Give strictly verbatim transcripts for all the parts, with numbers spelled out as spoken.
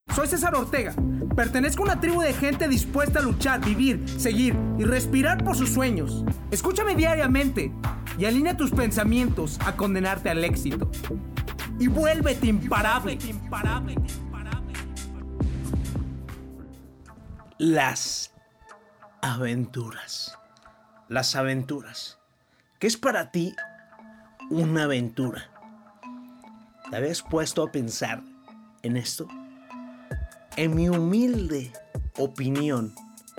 Soy César Ortega. Pertenezco a una tribu de gente dispuesta a luchar, vivir, seguir y respirar por sus sueños. Escúchame diariamente y alinea tus pensamientos a condenarte al éxito. Y vuélvete imparable. Las aventuras. Las aventuras. ¿Qué es para ti una aventura? ¿Te habías puesto a pensar en esto? En mi humilde opinión,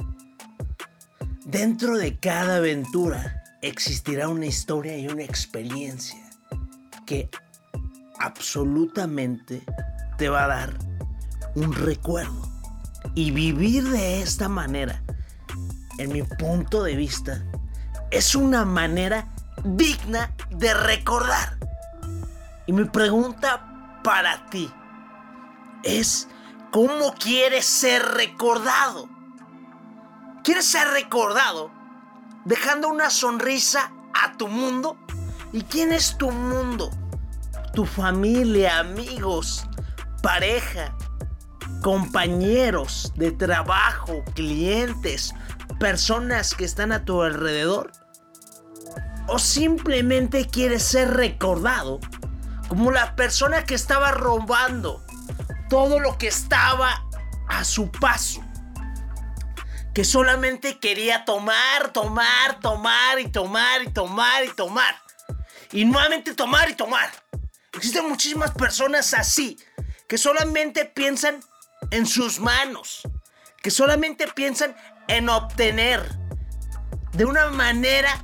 dentro de cada aventura existirá una historia y una experiencia que absolutamente te va a dar un recuerdo. Y vivir de esta manera, en mi punto de vista, es una manera digna de recordar. Y mi pregunta para ti es: ¿cómo quieres ser recordado? ¿Quieres ser recordado dejando una sonrisa a tu mundo? ¿Y quién es tu mundo? Tu familia, amigos, pareja, compañeros de trabajo, clientes, personas que están a tu alrededor. ¿O simplemente quieres ser recordado como la persona que estaba robando todo lo que estaba a su paso, que solamente quería tomar, tomar, tomar y tomar y tomar y tomar y nuevamente tomar y tomar? Existen muchísimas personas así, que solamente piensan en sus manos, que solamente piensan en obtener de una manera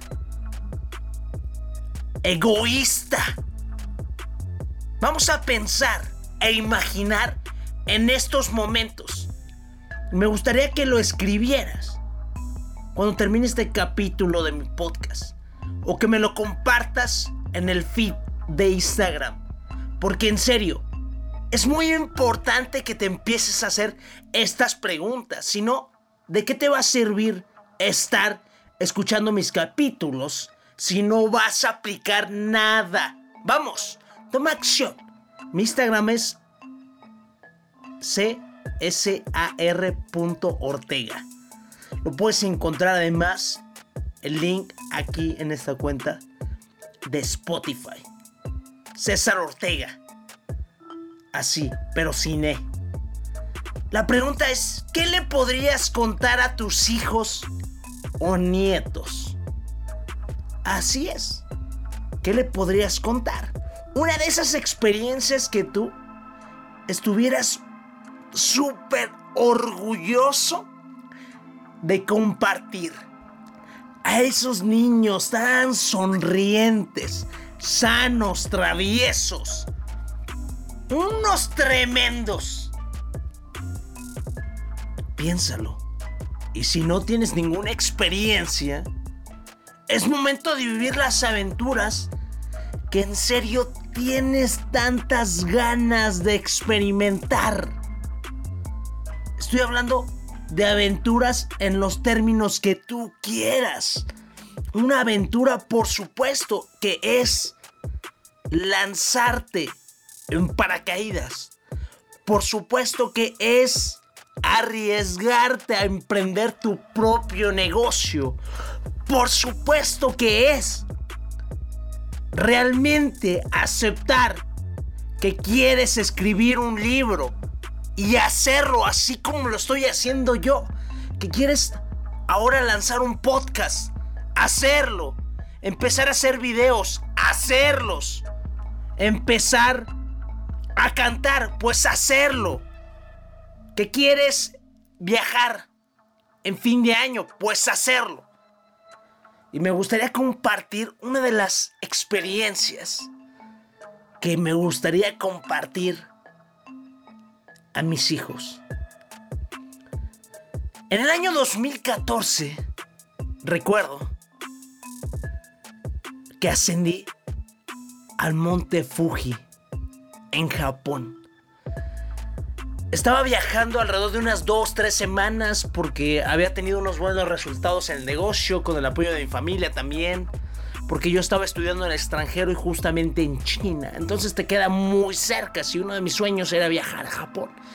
egoísta. Vamos a pensar e imaginar en estos momentos. Me gustaría que lo escribieras cuando termine este capítulo de mi podcast, o que me lo compartas en el feed de Instagram, porque en serio es muy importante que te empieces a hacer estas preguntas. Si no, ¿de qué te va a servir estar escuchando mis capítulos si no vas a aplicar nada? Vamos, toma acción. Mi Instagram es csar punto ortega. Lo puedes encontrar además el link aquí en esta cuenta de Spotify. César Ortega. Así, pero sin E. La pregunta es: ¿qué le podrías contar a tus hijos o nietos? Así es. ¿Qué le podrías contar? Una de esas experiencias que tú estuvieras súper orgulloso de compartir. A esos niños tan sonrientes, sanos, traviesos, unos tremendos. Piénsalo. Y si no tienes ninguna experiencia, es momento de vivir las aventuras que en serio tienes tantas ganas de experimentar. Estoy hablando de aventuras en los términos que tú quieras. Una aventura, por supuesto, que es lanzarte en paracaídas. Por supuesto que es arriesgarte a emprender tu propio negocio. Por supuesto que es realmente aceptar que quieres escribir un libro y hacerlo así como lo estoy haciendo yo. Que quieres ahora lanzar un podcast, hacerlo. Empezar a hacer videos, hacerlos. Empezar a cantar, pues hacerlo. Que quieres viajar en fin de año, pues hacerlo. Y me gustaría compartir una de las experiencias que me gustaría compartir a mis hijos. En el año dos mil catorce, recuerdo que ascendí al monte Fuji en Japón. Estaba viajando alrededor de unas dos, tres semanas porque había tenido unos buenos resultados en el negocio, con el apoyo de mi familia también, porque yo estaba estudiando en el extranjero y justamente en China. Entonces te queda muy cerca si uno de mis sueños era viajar a Japón.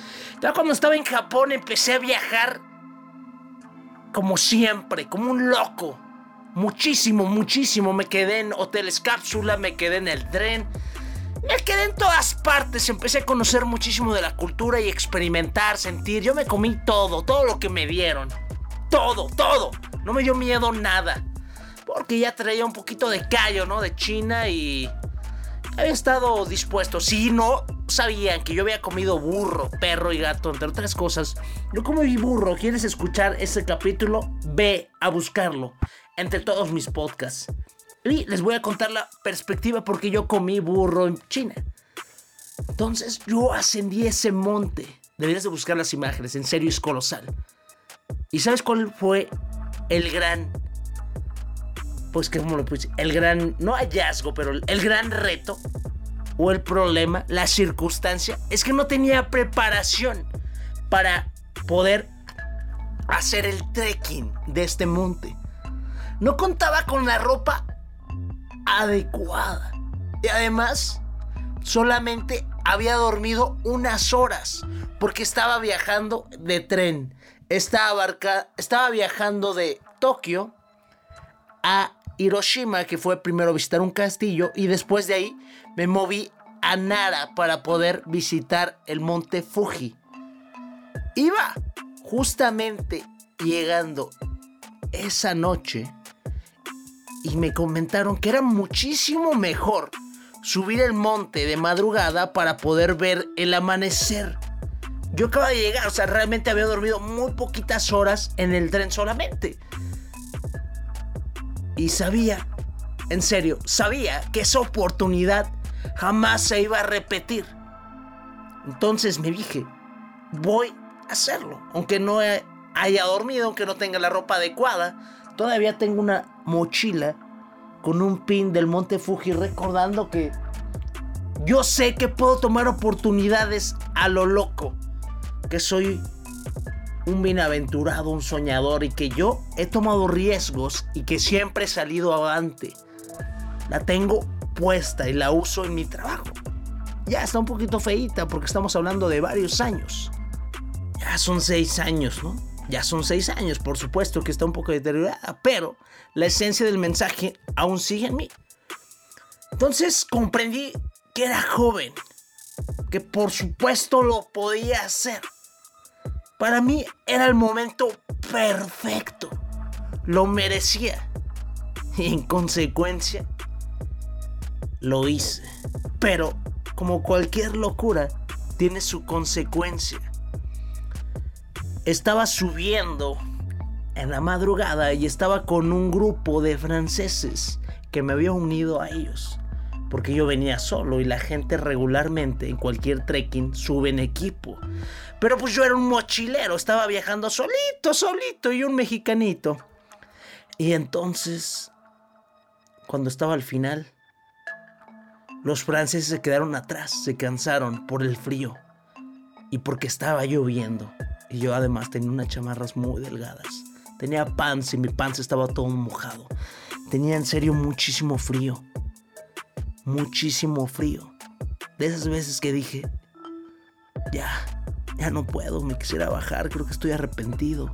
Ya cuando estaba en Japón empecé a viajar como siempre, como un loco. Muchísimo, muchísimo. Me quedé en hoteles cápsula, me quedé en el tren. Me quedé en todas partes. Empecé a conocer muchísimo de la cultura y experimentar, sentir. Yo me comí todo, todo lo que me dieron. Todo, todo. No me dio miedo nada. Porque ya traía un poquito de callo, ¿no? De China y... había estado dispuesto. Si no sabían que yo había comido burro, perro y gato, entre otras cosas, yo comí burro. ¿Quieres escuchar ese capítulo? Ve a buscarlo entre todos mis podcasts. Y les voy a contar la perspectiva porque yo comí burro en China. Entonces yo ascendí ese monte. Deberías de buscar las imágenes. En serio, es colosal. ¿Y sabes cuál fue el gran... pues que como lo puse, el gran, no hallazgo, pero el, el gran reto o el problema, la circunstancia, es que no tenía preparación para poder hacer el trekking de este monte. No contaba con la ropa adecuada y además solamente había dormido unas horas porque estaba viajando de tren. Estaba, abarca, estaba viajando de Tokio a Hiroshima, que fue primero visitar un castillo, y después de ahí me moví a Nara para poder visitar el monte Fuji. Iba justamente llegando esa noche y me comentaron que era muchísimo mejor subir el monte de madrugada para poder ver el amanecer. Yo acababa de llegar, o sea, realmente había dormido muy poquitas horas en el tren solamente. Y sabía, en serio, sabía que esa oportunidad jamás se iba a repetir. Entonces me dije, voy a hacerlo. Aunque no haya dormido, aunque no tenga la ropa adecuada, todavía tengo una mochila con un pin del monte Fuji recordando que yo sé que puedo tomar oportunidades a lo loco. Que soy un bienaventurado, un soñador y que yo he tomado riesgos y que siempre he salido avante. La tengo puesta y la uso en mi trabajo. Ya está un poquito feíta porque estamos hablando de varios años. Ya son seis años, ¿no? Ya son seis años, por supuesto que está un poco deteriorada, pero la esencia del mensaje aún sigue en mí. Entonces comprendí que era joven, que por supuesto lo podía hacer. Para mí era el momento perfecto. Lo merecía. Y en consecuencia, lo hice. Pero, como cualquier locura, tiene su consecuencia. Estaba subiendo en la madrugada y estaba con un grupo de franceses que me había unido a ellos. Porque yo venía solo y la gente regularmente en cualquier trekking sube en equipo. Pero pues yo era un mochilero, estaba viajando solito, solito y un mexicanito. Y entonces, cuando estaba al final, los franceses se quedaron atrás, se cansaron por el frío y porque estaba lloviendo. Y yo además tenía unas chamarras muy delgadas. Tenía pants y mi pants estaba todo mojado. Tenía en serio muchísimo frío. Muchísimo frío. De esas veces que dije, ya, ya no puedo, me quisiera bajar, creo que estoy arrepentido.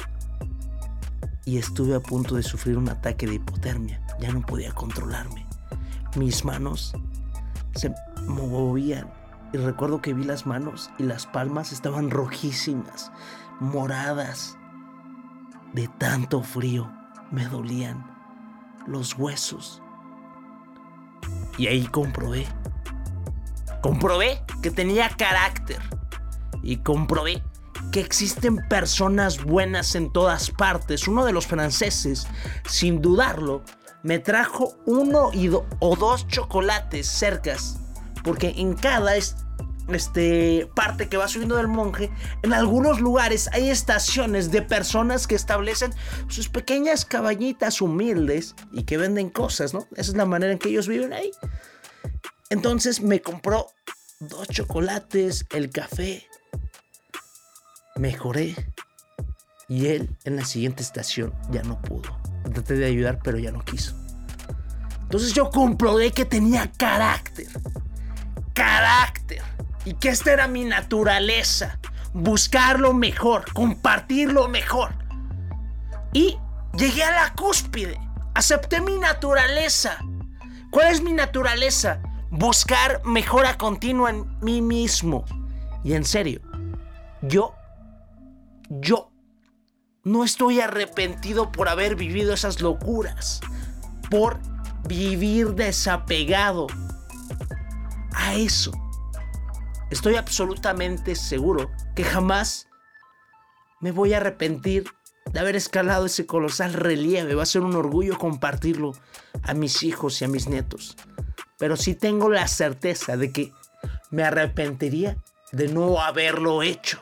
Y estuve a punto de sufrir un ataque de hipotermia. Ya no podía controlarme. Mis manos se movían. Y recuerdo que vi las manos y las palmas estaban rojísimas, moradas. De tanto frío me dolían los huesos. Y ahí comprobé. Comprobé que tenía carácter. Y comprobé que existen personas buenas en todas partes. Uno de los franceses, sin dudarlo, me trajo uno y do, o dos chocolates cercas. Porque en cada este, parte que va subiendo del monte, en algunos lugares hay estaciones de personas que establecen sus pequeñas cabañitas humildes y que venden cosas, ¿no? Esa es la manera en que ellos viven ahí. Entonces me compró dos chocolates, el café. Mejoré. Y él en la siguiente estación ya no pudo. Traté de ayudar, pero ya no quiso. Entonces yo comprobé que tenía carácter. Carácter. Y que esta era mi naturaleza. buscar lo mejor, compartir lo mejor. Y llegué a la cúspide. Acepté mi naturaleza. ¿Cuál es mi naturaleza? Buscar mejora continua en mí mismo. Y en serio, yo, yo no estoy arrepentido por haber vivido esas locuras, por vivir desapegado a eso. Estoy absolutamente seguro que jamás me voy a arrepentir de haber escalado ese colosal relieve. Va a ser un orgullo compartirlo a mis hijos y a mis nietos. Pero sí tengo la certeza de que me arrepentiría de no haberlo hecho.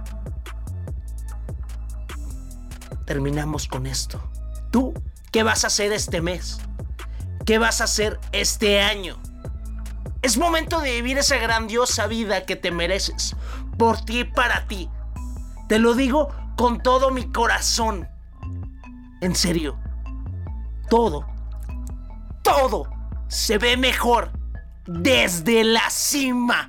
Terminamos con esto. ¿Tú qué vas a hacer este mes? ¿Qué vas a hacer este año? Es momento de vivir esa grandiosa vida que te mereces. Por ti y para ti. Te lo digo con todo mi corazón. En serio. Todo. Todo se ve mejor desde la cima.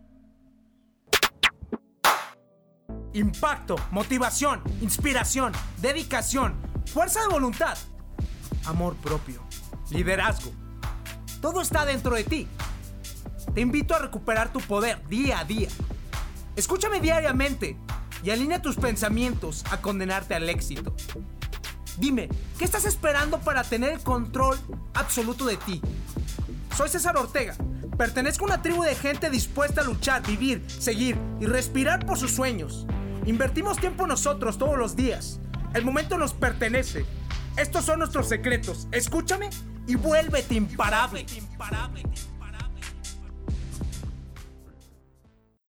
Impacto, motivación, inspiración, dedicación, fuerza de voluntad, amor propio, liderazgo. Todo está dentro de ti. Te invito a recuperar tu poder día a día. Escúchame diariamente y alinea tus pensamientos a condenarte al éxito. Dime, ¿qué estás esperando para tener el control absoluto de ti? Soy César Ortega. Pertenezco a una tribu de gente dispuesta a luchar, vivir, seguir y respirar por sus sueños. Invertimos tiempo en nosotros todos los días. El momento nos pertenece. Estos son nuestros secretos. Escúchame y vuélvete imparable.